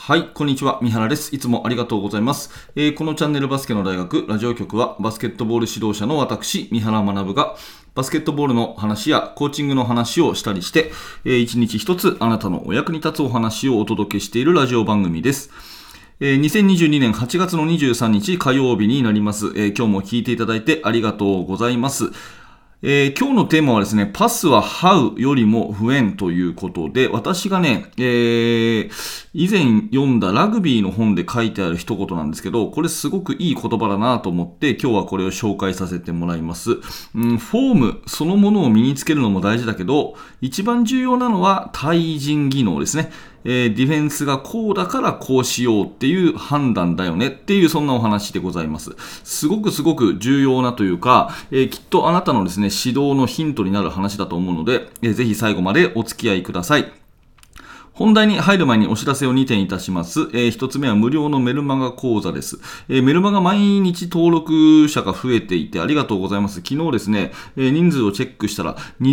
はい、こんにちは。三原です。いつもありがとうございます。このチャンネルバスケの大学ラジオ局はバスケットボール指導者の私、三原学がバスケットボールの話やコーチングの話をしたりして、一日一つあなたのお役に立つお話をお届けしているラジオ番組です。2022年8月の23日火曜日になります。今日も聞いていただいてありがとうございます。今日のテーマはですね、パスは How よりも When ということで、私がね、以前読んだラグビーの本で書いてある一言なんですけど、これすごくいい言葉だなと思って今日はこれを紹介させてもらいます。フォームそのものを身につけるのも大事だけど、一番重要なのは対人技能ですね。ディフェンスがこうだからこうしようっていう判断だよねっていうそんなお話でございます。すごく重要なというか、きっとあなたのですね指導のヒントになる話だと思うので、ぜひ最後までお付き合いください。本題に入る前にお知らせを2点いたします。1つ目は無料のメルマガ講座です。メルマガ毎日登録者が増えていてありがとうございます。昨日ですね、人数をチェックしたら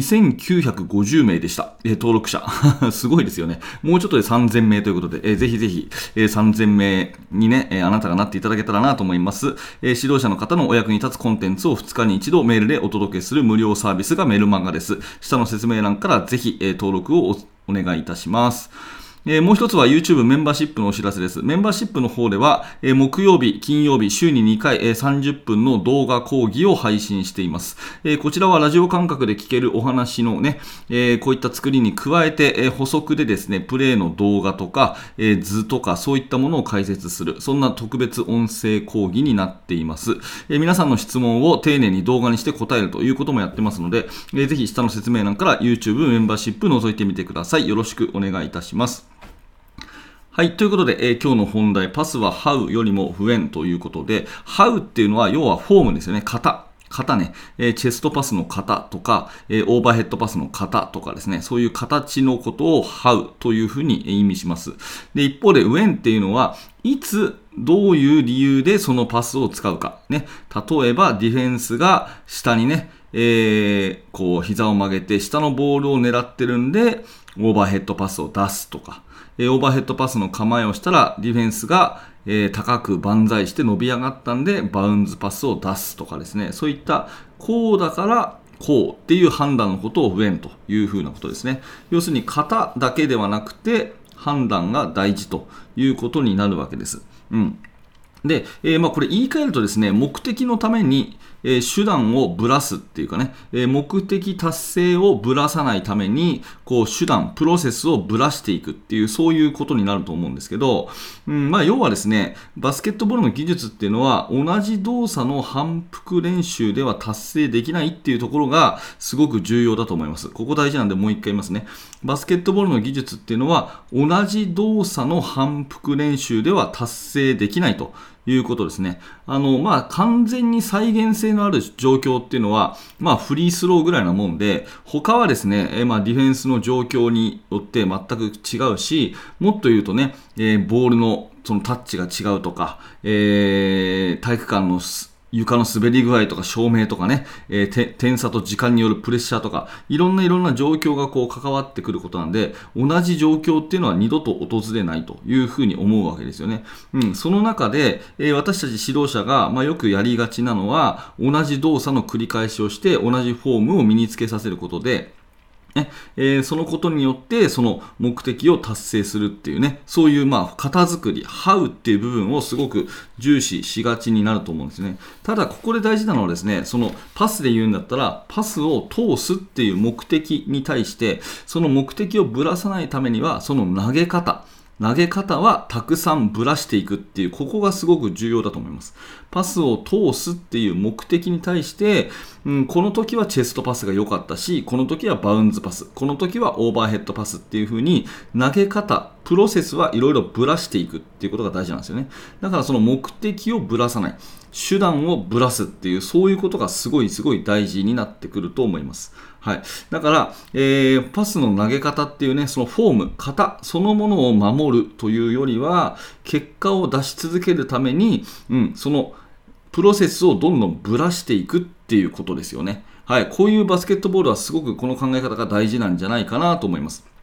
2950名でした。登録者。すごいですよね。もうちょっとで3000名ということで、ぜひぜひ、3000名にね、あなたがなっていただけたらなと思います。指導者の方のお役に立つコンテンツを2日に1度メールでお届けする無料サービスがメルマガです。下の説明欄からぜひ、登録をお願いいたします。もう一つは YouTube メンバーシップのお知らせです。メンバーシップの方では、木曜日、金曜日、週に2回、30分の動画講義を配信しています。こちらはラジオ感覚で聞けるお話のね、こういった作りに加えて、補足でですね、プレイの動画とか、図とかそういったものを解説する、そんな特別音声講義になっています。皆さんの質問を丁寧に動画にして答えるということもやってますので、ぜひ下の説明欄から YouTube メンバーシップ覗いてみてください。よろしくお願いいたします。はい。ということで、今日の本題、パスは How よりも When ということで、How っていうのは、要はフォームですよね。型ね、チェストパスの型とか、オーバーヘッドパスの型とかですね、そういう形のことを How というふうに意味します。で、一方で When っていうのは、いつ、どういう理由でそのパスを使うか。ね。例えば、ディフェンスが下にね、こう、膝を曲げて、下のボールを狙ってるんで、オーバーヘッドパスを出すとか、オーバーヘッドパスの構えをしたらディフェンスが、高く万歳して伸び上がったんでバウンズパスを出すとかですね、そういったこうだからこうっていう判断のことを When というふうなことですね。要するに型だけではなくて判断が大事ということになるわけです。で、これ言い換えるとですね、目的のために、手段をぶらすっていうかね、目的達成をぶらさないために、こう手段、プロセスをぶらしていくっていう、そういうことになると思うんですけど、要はですね、バスケットボールの技術っていうのは、同じ動作の反復練習では達成できないっていうところが、すごく重要だと思います。ここ大事なんでもう一回言いますね。バスケットボールの技術っていうのは、同じ動作の反復練習では達成できないということですね。完全に再現性のある状況っていうのは、フリースローぐらいなもんで、他はですね、ディフェンスの状況によって全く違うし、もっと言うとね、ボールのそのタッチが違うとか、体育館の床の滑り具合とか照明とかね、点差と時間によるプレッシャーとか、いろんな状況がこう関わってくることなんで、同じ状況っていうのは二度と訪れないというふうに思うわけですよね。その中で、私たち指導者が、よくやりがちなのは、同じ動作の繰り返しをして、同じフォームを身につけさせることで、そのことによってその目的を達成するっていうね、そういう型作り、How っていう部分をすごく重視しがちになると思うんですね。ただここで大事なのはですね、そのパスで言うんだったらパスを通すっていう目的に対してその目的をぶらさないためにはその投げ方はたくさんぶらしていくっていう、ここがすごく重要だと思います。パスを通すっていう目的に対して、この時はチェストパスが良かったし、この時はバウンズパス、この時はオーバーヘッドパスっていう風に投げ方、プロセスはいろいろぶらしていくっていうことが大事なんですよね。だからその目的をぶらさない、手段をぶらすっていう、そういうことがすごい大事になってくると思います。はい。だから、パスの投げ方っていうね、そのフォーム、型そのものを守るというよりは、結果を出し続けるために、そのプロセスをどんどんぶらしていくっていうことですよね。はい。こういうバスケットボールはすごくこの考え方が大事なんじゃないかなと思います。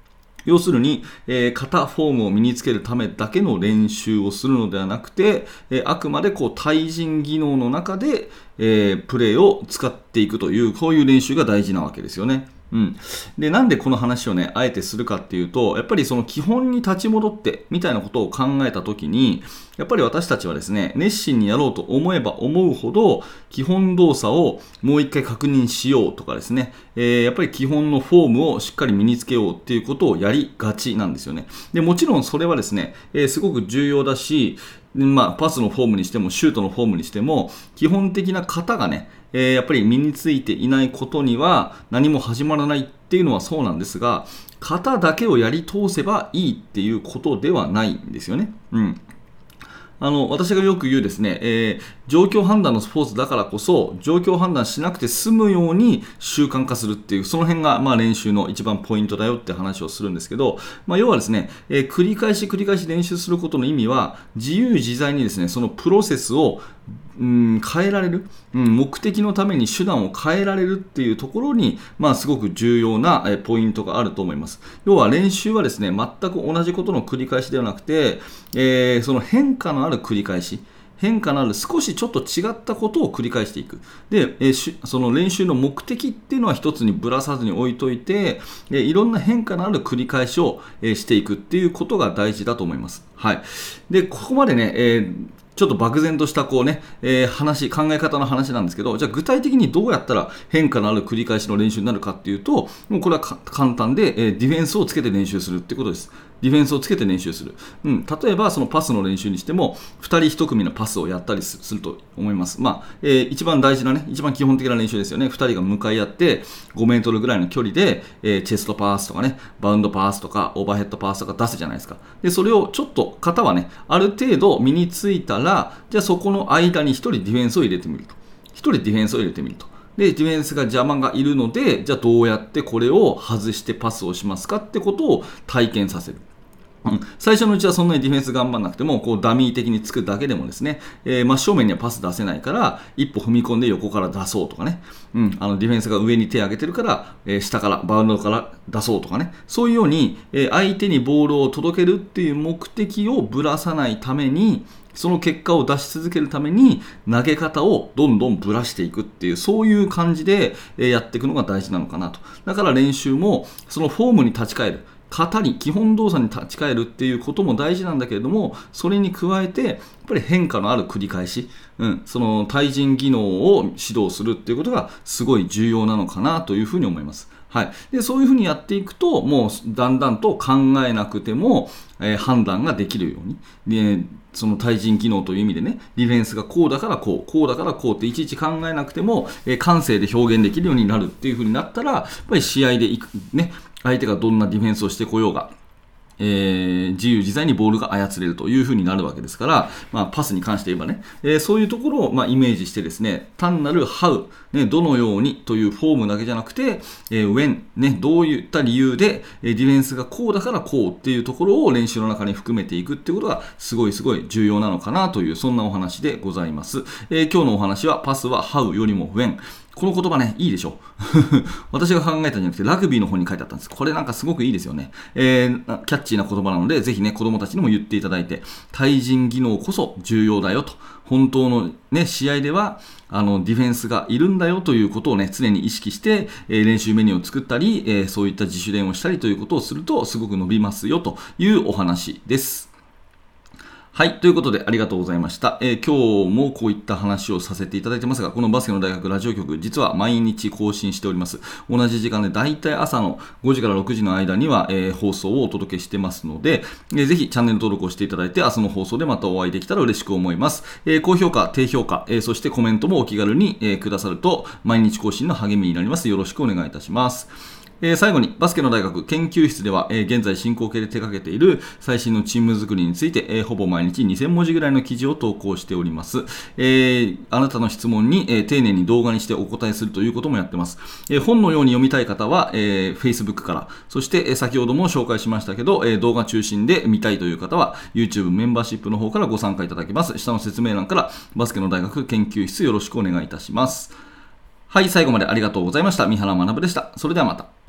要するに、型フォームを身につけるためだけの練習をするのではなくて、あくまで対人技能の中で、プレーを使っていくという、こういう練習が大事なわけですよね。で、なんでこの話をね、あえてするかっていうと、やっぱりその基本に立ち戻ってみたいなことを考えたときに、やっぱり私たちはですね、熱心にやろうと思えば思うほど、基本動作をもう一回確認しようとかですね、やっぱり基本のフォームをしっかり身につけようっていうことをやりがちなんですよね。で、もちろんそれはですね、すごく重要だし、パスのフォームにしてもシュートのフォームにしても基本的な型がね、やっぱり身についていないことには何も始まらないっていうのはそうなんですが、型だけをやり通せばいいっていうことではないんですよね。私がよく言うですね、状況判断のスポーツだからこそ状況判断しなくて済むように習慣化するっていう、その辺が練習の一番ポイントだよって話をするんですけど、要はですね、繰り返し練習することの意味は自由自在にですね、そのプロセスを変えられる、目的のために手段を変えられるっていうところに、すごく重要なポイントがあると思います。要は練習はですね、全く同じことの繰り返しではなくて、その変化のある繰り返し、変化のある少しちょっと違ったことを繰り返していく。で、その練習の目的っていうのは一つにぶらさずに置いといて、いろんな変化のある繰り返しをしていくっていうことが大事だと思います。はい。で、ここまでね、ちょっと漠然とした考え方の話なんですけど、じゃあ具体的にどうやったら変化のある繰り返しの練習になるかっていうと、もうこれは簡単で、ディフェンスをつけて練習するってことです。ディフェンスをつけて練習する。例えばそのパスの練習にしても、2人1組のパスをやったりすると思います。一番大事なね、一番基本的な練習ですよね。2人が向かい合って5メートルぐらいの距離で、チェストパスとかね、バウンドパスとかオーバーヘッドパスとか出すじゃないですか。で、それをちょっと型はね、ある程度身についたら、じゃあそこの間に1人ディフェンスを入れてみると。1人ディフェンスを入れてみると。で、ディフェンスが邪魔がいるので、じゃあどうやってこれを外してパスをしますかってことを体験させる。最初のうちはそんなにディフェンス頑張らなくても、ダミー的につくだけでもですね、真正面にはパス出せないから、一歩踏み込んで横から出そうとかね、ディフェンスが上に手を挙げてるから、下からバウンドから出そうとかね、そういうように、相手にボールを届けるっていう目的をぶらさないために、その結果を出し続けるために投げ方をどんどんぶらしていくっていう、そういう感じでやっていくのが大事なのかなと。だから練習もそのフォームに立ち返る、型に、基本動作に立ち返るっていうことも大事なんだけれども、それに加えてやっぱり変化のある繰り返し、その対人技能を指導するっていうことがすごい重要なのかなというふうに思います。はい、でそういうふうにやっていくと、もうだんだんと考えなくても、判断ができるように、でその対人機能という意味でね、ディフェンスがこうだからこう、こうだからこうっていちいち考えなくても、感性で表現できるようになるっていう風になったら、やっぱり試合でね、相手がどんなディフェンスをしてこようが、自由自在にボールが操れるという風になるわけですから、パスに関して言えばね、そういうところをイメージしてですね、単なる how、どのようにというフォームだけじゃなくて、when、どういった理由でディフェンスがこうだからこうっていうところを練習の中に含めていくっていうことがすごい重要なのかなという、そんなお話でございます。今日のお話はパスは how よりも when。この言葉ね、いいでしょ私が考えたんじゃなくてラグビーの本に書いてあったんです。これなんかすごくいいですよね。キャッチーな言葉なので、ぜひね、子供たちにも言っていただいて、対人技能こそ重要だよと。本当のね、試合ではディフェンスがいるんだよということをね、常に意識して、練習メニューを作ったり、そういった自主練をしたりということをするとすごく伸びますよというお話です。はい。ということで、ありがとうございました。今日もこういった話をさせていただいてますが、このバスケの大学ラジオ局、実は毎日更新しております。同じ時間で、だいたい朝の5時から6時の間には、放送をお届けしてますので、ぜひチャンネル登録をしていただいて、明日の放送でまたお会いできたら嬉しく思います。高評価、低評価、そしてコメントもお気軽に、くださると、毎日更新の励みになります。よろしくお願いいたします。最後にバスケの大学研究室では、現在進行形で手掛けている最新のチーム作りについて、ほぼ毎日2000文字ぐらいの記事を投稿しております。あなたの質問に、丁寧に動画にしてお答えするということもやってます。本のように読みたい方は、Facebook から、そして、先ほども紹介しましたけど、動画中心で見たいという方は YouTube メンバーシップの方からご参加いただけます。下の説明欄からバスケの大学研究室よろしくお願いいたします。はい、最後までありがとうございました。三原学でした。それではまた。